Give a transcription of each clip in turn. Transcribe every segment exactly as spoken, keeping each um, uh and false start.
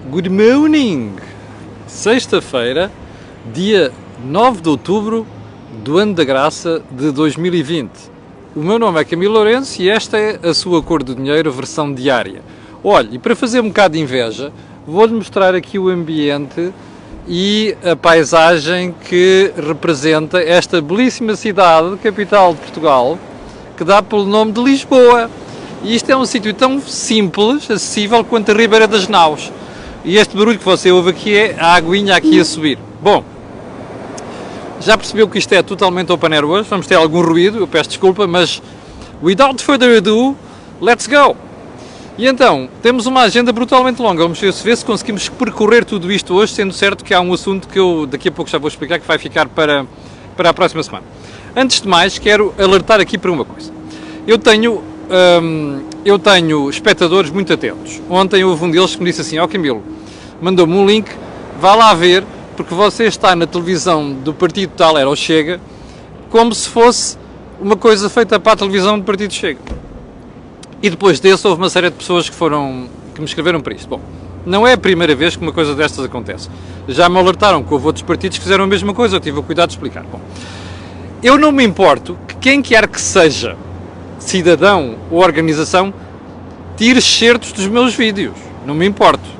Good morning! Sexta-feira, dia nove de outubro do ano da graça de dois mil e vinte. O meu nome é Camilo Lourenço e esta é a sua Cor do Dinheiro, versão diária. Olha, e para fazer um bocado de inveja, vou-lhe mostrar aqui o ambiente e a paisagem que representa esta belíssima cidade, capital de Portugal, que dá pelo nome de Lisboa. E isto é um sítio tão simples, acessível, quanto a Ribeira das Naus. E este barulho que você ouve aqui é a aguinha aqui a subir. Bom, já percebeu que isto é totalmente open air hoje, vamos ter algum ruído, eu peço desculpa, mas without further ado, let's go! E então, temos uma agenda brutalmente longa, vamos ver se conseguimos percorrer tudo isto hoje, sendo certo que há um assunto que eu daqui a pouco já vou explicar, que vai ficar para, para a próxima semana. Antes de mais, quero alertar aqui para uma coisa. Eu tenho, hum, eu tenho espectadores muito atentos. Ontem houve um deles que me disse assim: ó oh, Camilo, mandou-me um link, vá lá ver, porque você está na televisão do partido tal, era o Chega, como se fosse uma coisa feita para a televisão do partido Chega. E depois desse houve uma série de pessoas que foram, que me escreveram para isto. Bom, não é a primeira vez que uma coisa destas acontece. Já me alertaram que houve outros partidos que fizeram a mesma coisa, eu tive o cuidado de explicar. Bom, eu não me importo que quem quer que seja, cidadão ou organização, tire excertos dos meus vídeos. Não me importo.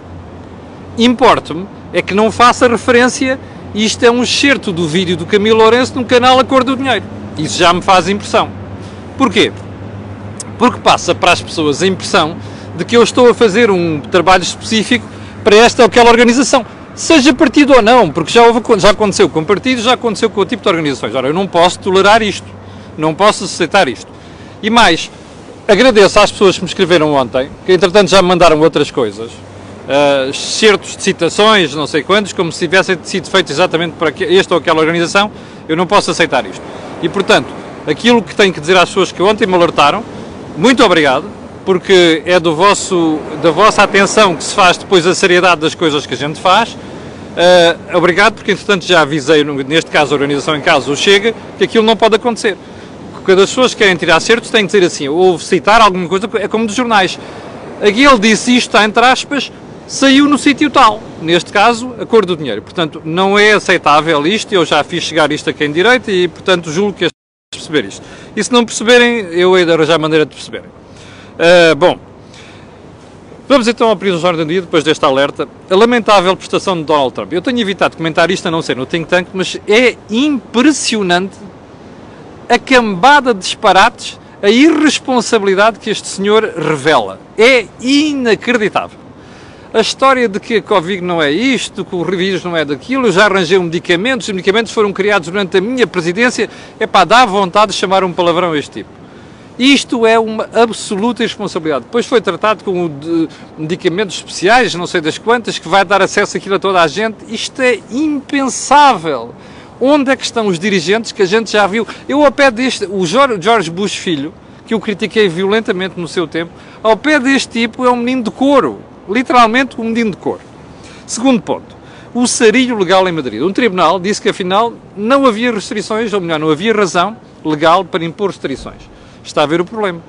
Importo-me é que não faça referência, isto é um excerto do vídeo do Camilo Lourenço no canal A Cor do Dinheiro. Isso já me faz impressão. Porquê? Porque passa para as pessoas a impressão de que eu estou a fazer um trabalho específico para esta ou aquela organização, seja partido ou não, porque já, houve, já aconteceu com partidos, já aconteceu com o tipo de organizações. Ora, eu não posso tolerar isto, não posso aceitar isto. E mais, agradeço às pessoas que me escreveram ontem, que entretanto já me mandaram outras coisas, uh, certos de citações, não sei quantos, como se tivessem sido feitos exatamente para esta ou aquela organização. Eu não posso aceitar isto. E portanto, aquilo que tenho que dizer às pessoas que ontem me alertaram, muito obrigado, porque é do vosso, da vossa atenção que se faz depois a seriedade das coisas que a gente faz. Uh, obrigado, porque entretanto já avisei, neste caso a organização em caso, o Chega, que aquilo não pode acontecer. Quando as pessoas querem tirar certos, têm que dizer assim, ou citar alguma coisa, é como dos jornais. Aqui ele disse isto, está entre aspas, saiu no sítio tal. Neste caso, A Cor do Dinheiro. Portanto, não é aceitável isto, eu já fiz chegar isto a quem direito e, portanto, julgo que perceber isto. E se não perceberem, eu hei de arranjar maneira de perceberem. Uh, bom, vamos então ao período de ordem do dia, depois deste alerta. A lamentável prestação de Donald Trump. Eu tenho evitado comentar isto, a não ser no think tank, mas é impressionante a cambada de disparates, a irresponsabilidade que este senhor revela. É inacreditável. A história de que a Covid não é isto, que o vírus não é daquilo, eu já arranjei medicamentos, os medicamentos foram criados durante a minha presidência, é pá, dá vontade de chamar um palavrão a este tipo. Isto é uma absoluta irresponsabilidade. Depois foi tratado com de medicamentos especiais, não sei das quantas, que vai dar acesso àquilo a toda a gente. Isto é impensável. Onde é que estão os dirigentes que a gente já viu? Eu ao pé deste, o George Bush filho, que eu critiquei violentamente no seu tempo, ao pé deste tipo é um menino de couro. Literalmente um menino de cor. Segundo ponto, o sarilho legal em Madrid. Um tribunal disse que afinal não havia restrições, ou melhor, não havia razão legal para impor restrições. Está a ver o problema.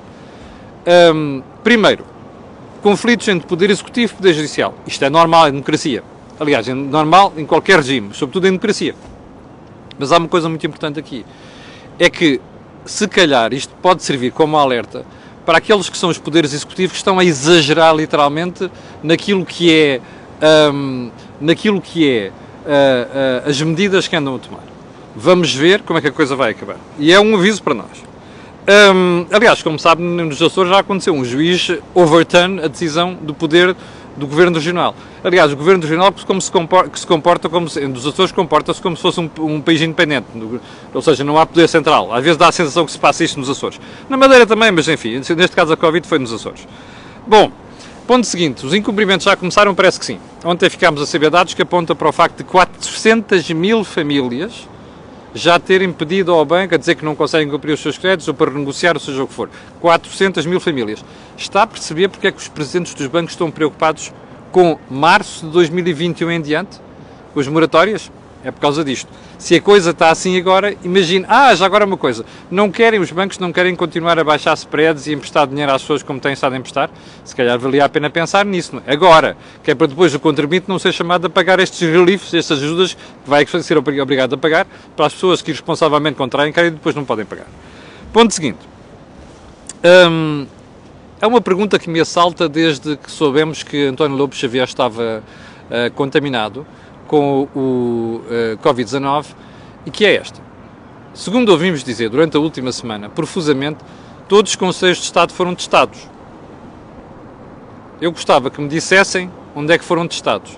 Um, primeiro, conflitos entre poder executivo e poder judicial. Isto é normal em democracia. Aliás, é normal em qualquer regime, sobretudo em democracia. Mas há uma coisa muito importante aqui. É que, se calhar, isto pode servir como alerta para aqueles que são os poderes executivos que estão a exagerar literalmente naquilo que é, um, naquilo que é uh, uh, as medidas que andam a tomar. Vamos ver como é que a coisa vai acabar. E é um aviso para nós. Um, aliás, como sabe, nos Açores já aconteceu, um juiz overturn a decisão do poder do Governo Regional. Aliás, o Governo Regional como se comporta, que se comporta como se, dos Açores comporta-se como se fosse um, um país independente, ou seja, não há poder central. Às vezes dá a sensação que se passa isto nos Açores. Na Madeira também, mas enfim, neste caso a Covid foi nos Açores. Bom, ponto seguinte, os incumprimentos já começaram? Parece que sim. Ontem ficámos a saber dados que apontam para o facto de quatrocentas mil famílias já terem pedido ao banco a dizer que não conseguem cumprir os seus créditos ou para renegociar, ou seja o que for. quatrocentas mil famílias. Está a perceber porque é que os presidentes dos bancos estão preocupados com março de dois mil e vinte e um em diante? Com as moratórias? É por causa disto. Se a coisa está assim agora, imagine, ah, já agora uma coisa, não querem, os bancos não querem continuar a baixar spreads e emprestar dinheiro às pessoas como têm estado a emprestar? Se calhar valia a pena pensar nisso, não é? Agora, que é para depois o contribuinte não ser chamado a pagar estes reliefs, estas ajudas que vai ser obrigado a pagar para as pessoas que irresponsavelmente contraem crédito e depois não podem pagar. Ponto seguinte. Hum, é uma pergunta que me assalta desde que soubemos que António Lobo Xavier estava uh, contaminado com o uh, covid dezanove, e que é esta. Segundo ouvimos dizer durante a última semana, profusamente, todos os conselhos de Estado foram testados. Eu gostava que me dissessem onde é que foram testados.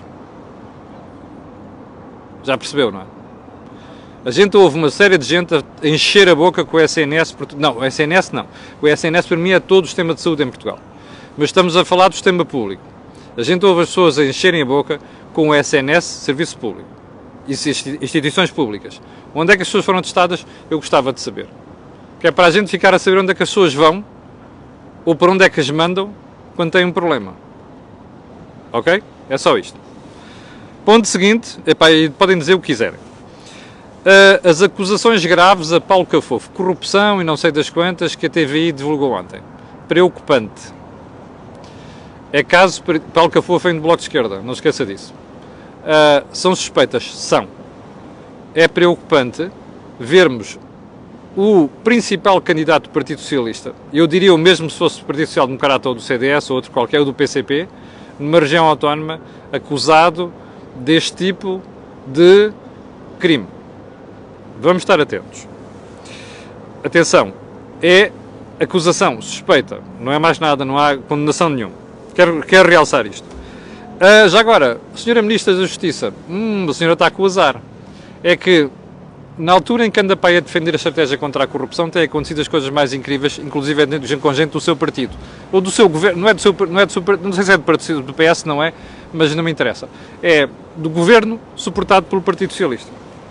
Já percebeu, não é? A gente ouve uma série de gente a encher a boca com o S N S. Não, o S N S não. O S N S para mim é todo o sistema de saúde em Portugal. Mas estamos a falar do sistema público. A gente ouve as pessoas a encherem a boca com o S N S, Serviço Público, e instituições públicas. Onde é que as pessoas foram testadas? Eu gostava de saber. Que é para a gente ficar a saber onde é que as pessoas vão, ou para onde é que as mandam, quando têm um problema. Ok? É só isto. Ponto seguinte, epá, podem dizer o que quiserem. Uh, as acusações graves a Paulo Cafofo, corrupção e não sei das quantas, que a T V I divulgou ontem. Preocupante. É caso, Paulo Cafofo vem do Bloco de Esquerda, não esqueça disso. Uh, são suspeitas? São. É preocupante vermos o principal candidato do Partido Socialista, eu diria o mesmo se fosse do Partido Social Democrata ou do C D S ou outro qualquer, ou do P C P, numa região autónoma, acusado deste tipo de crime. Vamos estar atentos. Atenção, é acusação, suspeita, não é mais nada, não há condenação nenhuma. Quero, quero realçar isto. Uh, já agora, senhora Ministra da Justiça, hum, a senhora está com o azar. É que, na altura em que anda para aí a defender a estratégia contra a corrupção, têm acontecido as coisas mais incríveis, inclusive com gente do seu partido. Ou do seu governo, não é do seu, não é do seu, não sei se é do, partido, do P S, não é, mas não me interessa. É do governo suportado pelo Partido Socialista.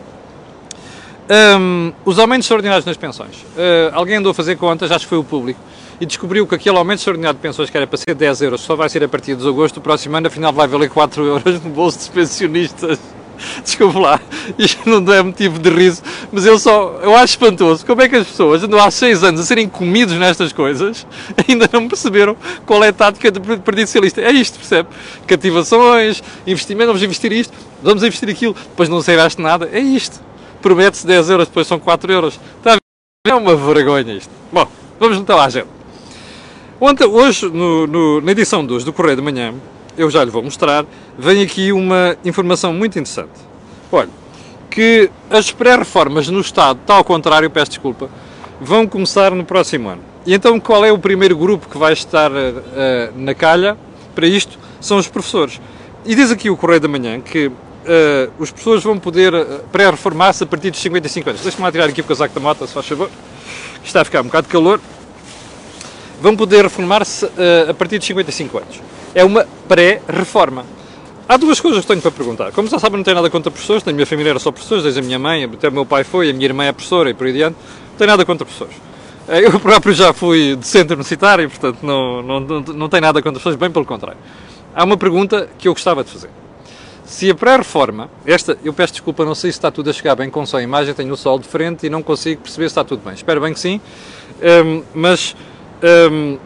Um, os aumentos extraordinários nas pensões. Uh, alguém andou a fazer contas, acho que foi o público, e descobriu que aquele aumento extraordinário de pensões que era para ser dez euros, só vai ser a partir de agosto, o próximo ano, afinal vai valer quatro euros no bolso dos pensionistas. Desculpe lá, isto não é motivo de riso, mas eu só, eu acho espantoso como é que as pessoas andam há seis anos a serem comidos nestas coisas, ainda não perceberam qual é a tática do Partido Socialista. É isto, percebe? Cativações, investimento, vamos investir isto, vamos investir aquilo, depois não sairaste nada, é isto. Promete-se dez euros, depois são quatro euros. Está a ver? É uma vergonha isto. Bom, vamos então à gente. Ontem, hoje, no, no, na edição de hoje do Correio da Manhã, eu já lhe vou mostrar, vem aqui uma informação muito interessante. Olha, que as pré-reformas no Estado, tal ao contrário, peço desculpa, vão começar no próximo ano. E então qual é o primeiro grupo que vai estar uh, na calha para isto? São os professores. E diz aqui o Correio da Manhã que uh, os professores vão poder uh, pré-reformar-se a partir dos cinquenta e cinco anos. Deixa-me lá tirar aqui o casaco da moto, se faz favor, que está a ficar um bocado de calor. Vão poder reformar-se uh, a partir dos cinquenta e cinco anos. É uma pré-reforma. Há duas coisas que tenho para perguntar. Como já sabem, não tenho nada contra professores, na minha família era só professores, desde a minha mãe, até o meu pai foi, a minha irmã é professora e por aí adiante. Não tenho nada contra professores. Eu próprio já fui docente universitário, portanto não, não, não, não tenho nada contra professores, bem pelo contrário. Há uma pergunta que eu gostava de fazer. Se a pré-reforma, esta, eu peço desculpa, não sei se está tudo a chegar bem com só a imagem, tenho o sol de frente e não consigo perceber se está tudo bem. Espero bem que sim, um, mas... Um,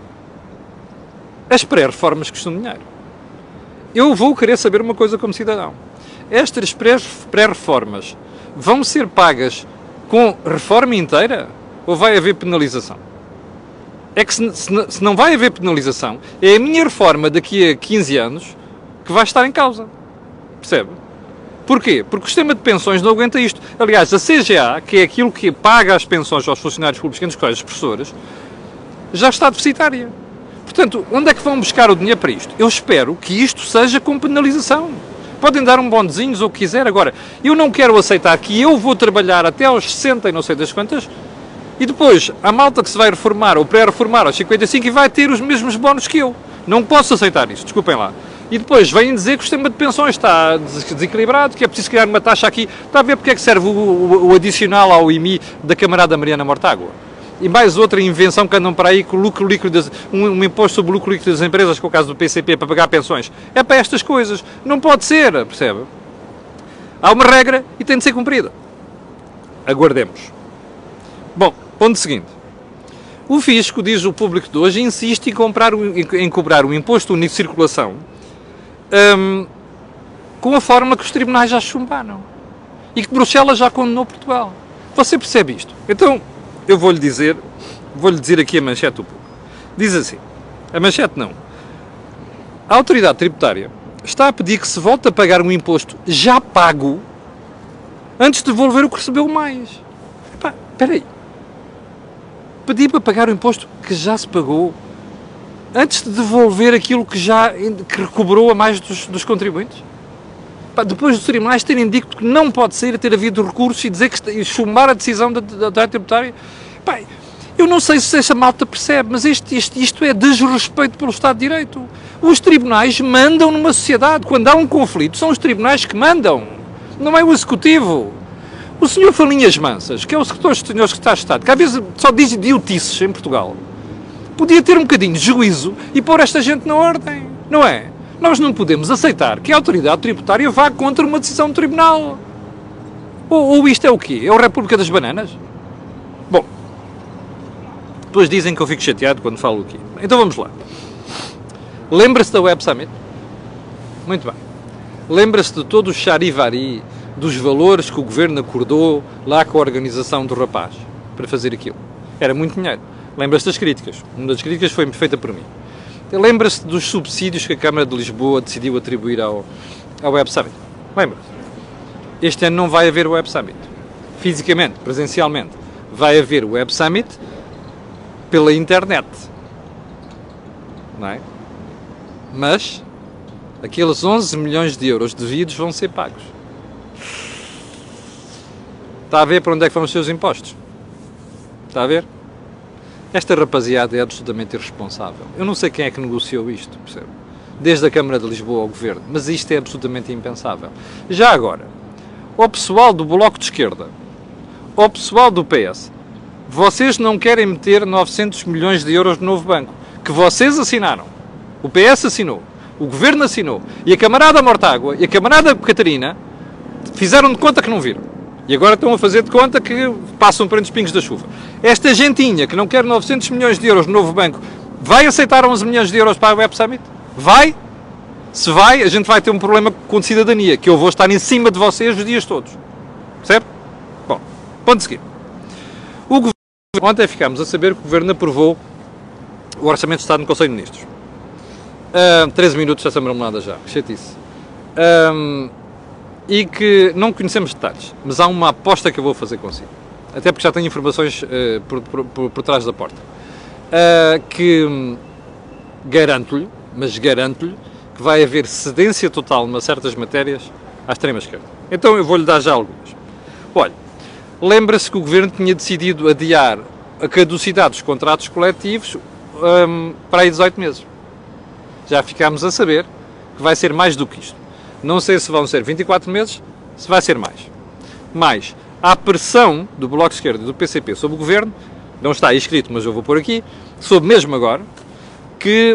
as pré-reformas custam dinheiro. Eu vou querer saber uma coisa como cidadão. Estas pré-reformas vão ser pagas com reforma inteira? Ou vai haver penalização? É que se, se, se não vai haver penalização, é a minha reforma daqui a quinze anos que vai estar em causa. Percebe? Porquê? Porque o sistema de pensões não aguenta isto. Aliás, a C G A, que é aquilo que paga as pensões aos funcionários públicos, entre os quais os professores, já está deficitária. Portanto, onde é que vão buscar o dinheiro para isto? Eu espero que isto seja com penalização. Podem dar um bondezinhos ou o que quiser. Agora, eu não quero aceitar que eu vou trabalhar até aos sessenta e não sei das quantas e depois a malta que se vai reformar ou pré-reformar aos cinquenta e cinco e vai ter os mesmos bónus que eu. Não posso aceitar isso, desculpem lá. E depois vêm dizer que o sistema de pensões está desequilibrado, que é preciso criar uma taxa aqui. Está a ver porque é que serve o, o, o adicional ao I M I da camarada Mariana Mortágua? E mais outra invenção que andam para aí com o lucro líquido, das, um, um imposto sobre o lucro líquido das empresas, que é o caso do P C P, para pagar pensões. É para estas coisas. Não pode ser, percebe? Há uma regra e tem de ser cumprida. Aguardemos. Bom, ponto seguinte. O Fisco, diz o Público de hoje, insiste em, comprar o, em cobrar o imposto único de circulação hum, com a forma que os tribunais já chumbaram e que Bruxelas já condenou Portugal. Você percebe isto? Então, eu vou-lhe dizer, vou-lhe dizer aqui a manchete do Público. Diz assim, a manchete não. A autoridade tributária está a pedir que se volte a pagar um imposto já pago antes de devolver o que recebeu mais. Epá, espera aí. Pedir para pagar o imposto que já se pagou antes de devolver aquilo que já que recobrou a mais dos, dos contribuintes? Epá, depois dos tribunais terem dito que não pode ser ter havido recurso e dizer que e chumbar a decisão da, da autoridade tributária. Epá, eu não sei se essa malta percebe, mas isto, isto, isto é desrespeito pelo Estado de Direito. Os tribunais mandam numa sociedade. Quando há um conflito, são os tribunais que mandam. Não é o Executivo. O senhor Falinhas Mansas, que é o secretário de Estado de Estado, que às vezes só diz idiotices em Portugal, podia ter um bocadinho de juízo e pôr esta gente na ordem. Não é? Nós não podemos aceitar que a autoridade tributária vá contra uma decisão do tribunal. Ou, ou isto é o quê? É a República das Bananas? Bom, depois dizem que eu fico chateado quando falo aqui. Então vamos lá. Lembra-se da Web Summit? Muito bem. Lembra-se de todo o charivari, dos valores que o Governo acordou lá com a organização do rapaz para fazer aquilo? Era muito dinheiro. Lembra-se das críticas. Uma das críticas foi feita por mim. Lembra-se dos subsídios que a Câmara de Lisboa decidiu atribuir ao, ao Web Summit? Lembra-se? Este ano não vai haver o Web Summit. Fisicamente, presencialmente. Vai haver o Web Summit pela internet. Não é? Mas aqueles onze milhões de euros devidos vão ser pagos. Está a ver para onde é que vão os seus impostos? Está a ver? Esta rapaziada é absolutamente irresponsável. Eu não sei quem é que negociou isto, percebe? Desde a Câmara de Lisboa ao Governo, mas isto é absolutamente impensável. Já agora, ao pessoal do Bloco de Esquerda, ao pessoal do P S, vocês não querem meter novecentos milhões de euros no novo banco, que vocês assinaram. O P S assinou, o Governo assinou, e a camarada Mortágua e a camarada Catarina fizeram de conta que não viram. E agora estão a fazer de conta que passam por entre os pingos da chuva. Esta gentinha que não quer novecentos milhões de euros no novo banco, vai aceitar onze milhões de euros para a Web Summit? Vai? Se vai, a gente vai ter um problema com cidadania, que eu vou estar em cima de vocês os dias todos. Percebe? Bom, ponto seguinte. O Governo, ontem ficámos a saber que o Governo aprovou o Orçamento de Estado no Conselho de Ministros. Uh, treze minutos dessa marmelada já, chatice. Um, e que não conhecemos detalhes, mas há uma aposta que eu vou fazer consigo. Até porque já tenho informações uh, por, por, por, por trás da porta. Uh, que um, garanto-lhe, mas garanto-lhe, que vai haver cedência total em certas matérias à extrema-esquerda. Então eu vou-lhe dar já algumas. Olha, lembra-se que o Governo tinha decidido adiar a caducidade dos contratos coletivos um, para aí dezoito meses. Já ficámos a saber que vai ser mais do que isto. Não sei se vão ser vinte e quatro meses, se vai ser mais. Mais, há pressão do Bloco de Esquerda e do P C P sobre o Governo, não está aí escrito, mas eu vou pôr aqui, sobre mesmo agora, que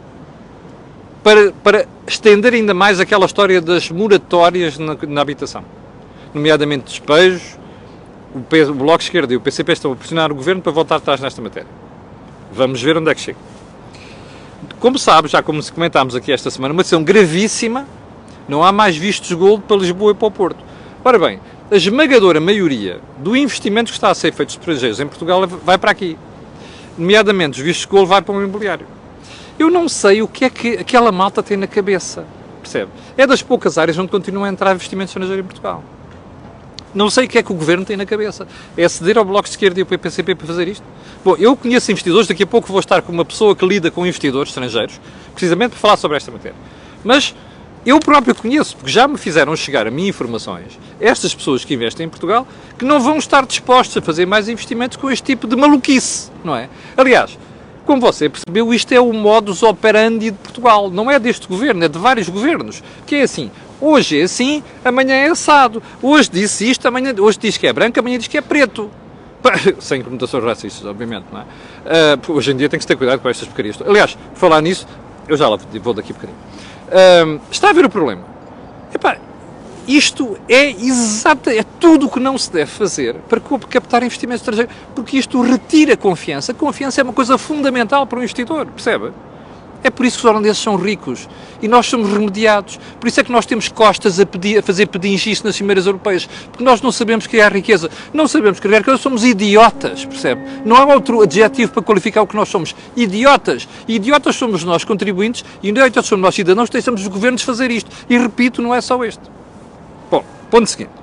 para, para estender ainda mais aquela história das moratórias na, na habitação, nomeadamente despejos, o, P, o Bloco de Esquerda e o P C P estão a pressionar o Governo para voltar atrás nesta matéria. Vamos ver onde é que chega. Como sabe, já como comentámos aqui esta semana, uma decisão gravíssima, não há mais vistos gold para Lisboa e para o Porto. Ora bem, a esmagadora maioria do investimento que está a ser feito dos estrangeiros em Portugal vai para aqui. Nomeadamente, os vistos gold vai para o imobiliário. Eu não sei o que é que aquela malta tem na cabeça, percebe? É das poucas áreas onde continua a entrar investimento estrangeiro em Portugal. Não sei o que é que o Governo tem na cabeça. É ceder ao Bloco de Esquerda e ao P C P para fazer isto? Bom, eu conheço investidores, daqui a pouco vou estar com uma pessoa que lida com investidores estrangeiros, precisamente para falar sobre esta matéria. Mas eu próprio conheço, porque já me fizeram chegar a mim informações, estas pessoas que investem em Portugal, que não vão estar dispostas a fazer mais investimentos com este tipo de maluquice, não é? Aliás, como você percebeu, isto é o modus operandi de Portugal. Não é deste governo, é de vários governos. Que é assim, hoje é assim, amanhã é assado. Hoje disse isto, amanhã, hoje diz que é branco, amanhã diz que é preto. Sem conotações racistas, obviamente, não é? Uh, hoje em dia tem que se ter cuidado com estas porcarias. Aliás, por falar nisso, eu já lá vou daqui a bocadinho. Uh, está a ver o problema? Epá, isto é exato, é tudo o que não se deve fazer para captar investimento estrangeiro, porque isto retira confiança. A confiança é uma coisa fundamental para o investidor, percebe? É por isso que os holandeses são ricos e nós somos remediados. Por isso é que nós temos costas a, pedir, a fazer pedinchice nas cimeiras europeias, porque nós não sabemos criar riqueza. Não sabemos criar riqueza, somos idiotas, percebe? Não há outro adjetivo para qualificar o que nós somos. Idiotas. E idiotas somos nós, contribuintes, e idiotas somos nós, cidadãos, que deixamos os governos fazer isto. E repito, não é só este. Bom, ponto seguinte.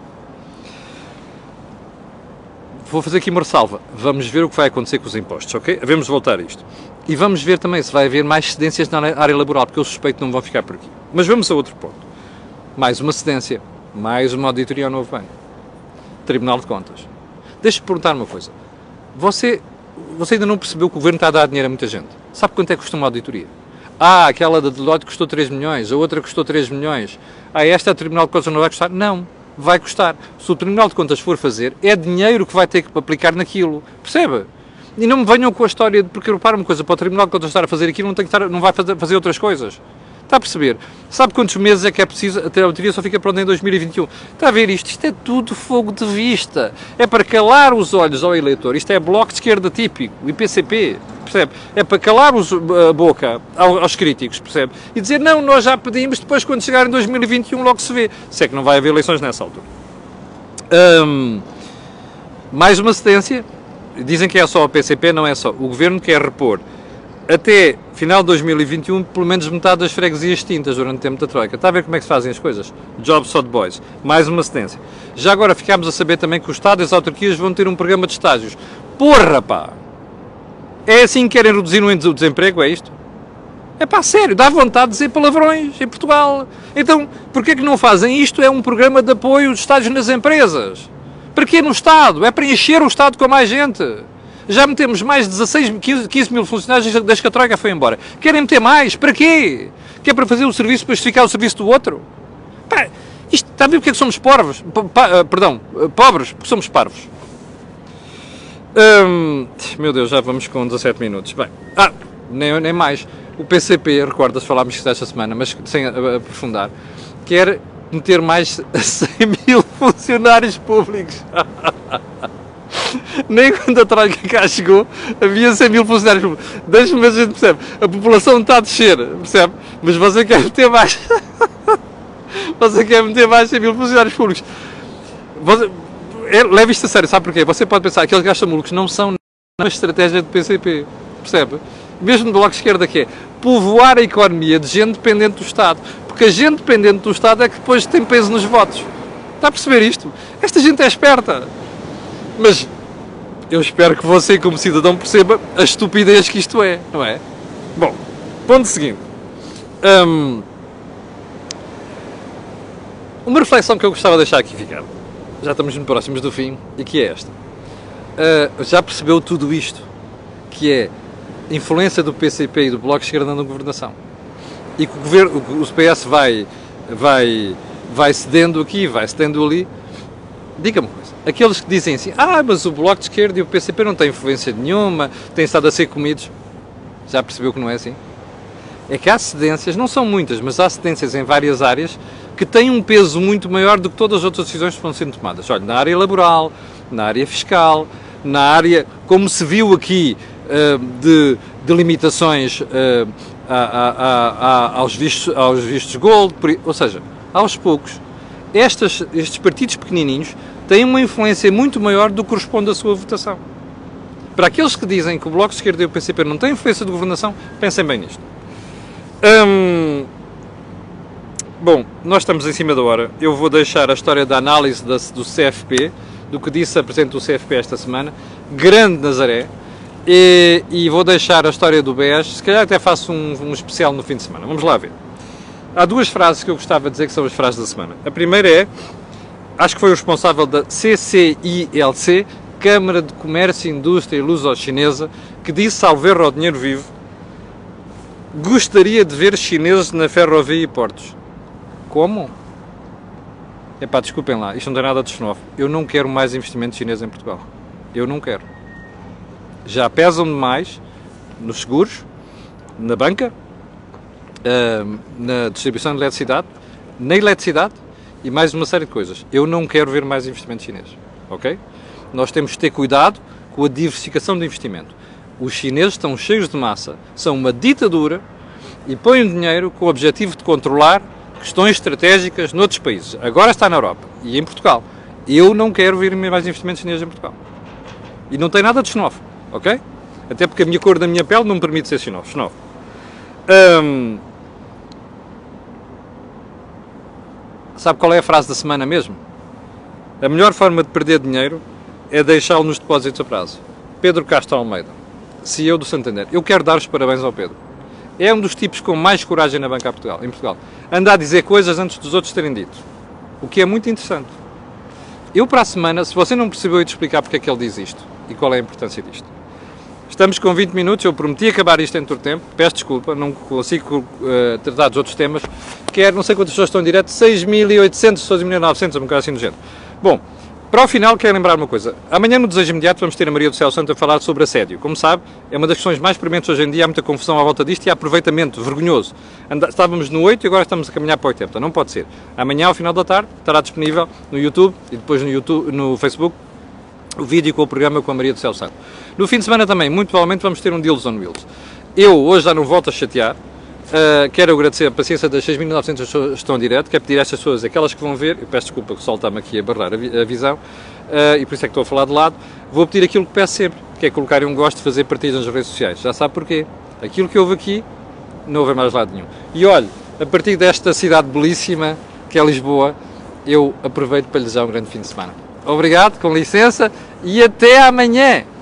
Vou fazer aqui uma ressalva. Vamos ver o que vai acontecer com os impostos, ok? Vamos voltar a isto. E vamos ver também se vai haver mais cedências na área laboral, porque eu suspeito que não vão ficar por aqui. Mas vamos a outro ponto. Mais uma cedência, mais uma auditoria ao novo banco. Tribunal de Contas. Deixa-me perguntar uma coisa. Você, você ainda não percebeu que o Governo está a dar dinheiro a muita gente? Sabe quanto é que custa uma auditoria? Ah, aquela da Deloitte custou três milhões, a outra custou três milhões. Ah, esta a Tribunal de Contas não vai custar? Não, vai custar. Se o Tribunal de Contas for fazer, é dinheiro que vai ter que aplicar naquilo. Percebe? E não me venham com a história de, porque repara uma coisa, para o Tribunal de Contas estar a fazer aquilo, não, tem que estar, não vai fazer, fazer outras coisas. Está a perceber? Sabe quantos meses é que é preciso? Até a auditoria só fica pronta em dois mil e vinte e um. Está a ver isto? Isto é tudo fogo de vista. É para calar os olhos ao eleitor. Isto é bloco de esquerda típico, o I P C P, percebe? É para calar os, a boca aos críticos, percebe? E dizer, não, nós já pedimos, depois quando chegar em dois mil e vinte e um logo se vê. Se é que não vai haver eleições nessa altura. Hum, mais uma cedência. Dizem que é só o P C P, não é só. O Governo quer repor até final de dois mil e vinte e um pelo menos metade das freguesias extintas durante o tempo da Troika. Está a ver como é que se fazem as coisas? Jobs for the boys. Mais uma cedência. Já agora ficámos a saber também que o Estado e as autarquias vão ter um programa de estágios. Porra, pá! É assim que querem reduzir o desemprego, é isto? É pá, sério, dá vontade de dizer palavrões em Portugal. Então, porquê é que não fazem isto? É um programa de apoio de estágios nas empresas. Para quê no Estado? É para encher o Estado com mais gente. Já metemos mais de dezasseis, quinze mil funcionários desde que a Troika foi embora. Querem meter mais? Para quê? Que é para fazer o serviço, para justificar o serviço do outro? Pá, isto, está a ver porque é que somos parvos? Pa, perdão, pobres, porque somos parvos. Hum, meu Deus, já vamos com dezassete minutos. Bem, ah, nem, nem mais. O P C P, recordas, falámos isto esta semana, mas sem aprofundar, quer meter mais cem mil funcionários públicos. Nem quando a Troika cá chegou havia cem mil funcionários públicos. Deixa-me ver se a gente percebe. A população está a descer, percebe? Mas você quer meter mais. Você quer meter mais cem mil funcionários públicos. Você... É, leve isto a sério, sabe porquê? Você pode pensar que aqueles gastos públicos não são na estratégia do P C P, percebe? Mesmo do Bloco de Esquerda, que é povoar a economia de gente dependente do Estado. Porque a gente dependente do Estado é que depois tem peso nos votos. Está a perceber isto? Esta gente é esperta. Mas eu espero que você, como cidadão, perceba a estupidez que isto é, não é? Bom, ponto seguinte. Hum, uma reflexão que eu gostava de deixar aqui ficar. Já estamos muito próximos do fim, e que é esta. Uh, já percebeu tudo isto, que é influência do P C P e do Bloco de Esquerda na governação. E que o, governo, o P S vai, vai, vai cedendo aqui, vai cedendo ali. Diga-me uma coisa, aqueles que dizem assim, ah, mas o Bloco de Esquerda e o P C P não têm influência nenhuma, têm estado a ser comidos. Já percebeu que não é assim? É que há cedências, não são muitas, mas há cedências em várias áreas que têm um peso muito maior do que todas as outras decisões que vão sendo tomadas. Olha, na área laboral, na área fiscal, na área, como se viu aqui, de, de limitações a, a, a, a, aos, vistos, aos vistos gold, ou seja, aos poucos, estas, estes partidos pequenininhos têm uma influência muito maior do que corresponde à sua votação. Para aqueles que dizem que o Bloco de Esquerda e o P C P não têm influência de governação, pensem bem nisto. Hum, bom, nós estamos em cima da hora. Eu vou deixar a história da análise da, do C F P, do que disse a Presidente do C F P esta semana, grande Nazaré, e, e vou deixar a história do B E S, se calhar até faço um, um especial no fim de semana. Vamos lá ver. Há duas frases que eu gostava de dizer que são as frases da semana. A primeira é, acho que foi o responsável da C C I L C, Câmara de Comércio, Indústria e Luso-Chinesa, que disse, salvo erro ao dinheiro vivo, gostaria de ver chineses na ferrovia e portos. Como? Epá, desculpem lá, isto não tem nada de xenófobo. Eu não quero mais investimento chinês em Portugal. Eu não quero. Já pesam demais nos seguros, na banca, na distribuição de eletricidade, na eletricidade E mais uma série de coisas. Eu não quero ver mais investimento chinês, ok? Nós temos de ter cuidado com a diversificação de investimento. Os chineses estão cheios de massa, são uma ditadura e põem o dinheiro com o objetivo de controlar questões estratégicas noutros países. Agora está na Europa e em Portugal. Eu não quero ver mais investimentos chineses em Portugal. E não tem nada de xenófobo, ok? Até porque a minha cor da minha pele não me permite ser xenófobo. Hum, sabe qual é a frase da semana mesmo? A melhor forma de perder dinheiro é deixá-lo nos depósitos a prazo. Pedro Castro Almeida, C E O do Santander. Eu quero dar os parabéns ao Pedro. É um dos tipos com mais coragem na banca Portugal, em Portugal. Anda a dizer coisas antes dos outros terem dito. O que é muito interessante. Eu, para a semana, se você não percebeu, eu te explicar porque é que ele diz isto e qual é a importância disto. Estamos com vinte minutos, eu prometi acabar isto dentro do tempo, peço desculpa, não consigo uh, tratar dos outros temas. Quer, não sei quantas pessoas estão em direto, seis mil e oitocentas, seis mil e novecentas, um bocado assim do género. Bom, para o final, quero lembrar uma coisa. Amanhã, no Desejo Imediato, vamos ter a Maria do Céu Santo a falar sobre assédio. Como sabe, é uma das questões mais prementes hoje em dia, há muita confusão à volta disto e há aproveitamento vergonhoso. Anda, estávamos no oito e agora estamos a caminhar para o oitenta. Não pode ser. Amanhã, ao final da tarde, estará disponível no YouTube e depois no, YouTube, no Facebook o vídeo com o programa com a Maria do Céu Santo. No fim de semana também, muito provavelmente, vamos ter um Deals on Wheels. Eu hoje já não volto a chatear. Uh, quero agradecer a paciência das seis mil e novecentas pessoas que estão em direto, quero pedir a estas pessoas, aquelas que vão ver, eu peço desculpa que o sol está-me aqui a barrar a, vi a visão, uh, e por isso é que estou a falar de lado, vou pedir aquilo que peço sempre, que é colocarem um gosto de fazer partilhas nas redes sociais. Já sabe porquê. Aquilo que houve aqui, não houve mais lado nenhum. E olha, a partir desta cidade belíssima, que é Lisboa, eu aproveito para lhe desejar um grande fim de semana. Obrigado, com licença, e até amanhã!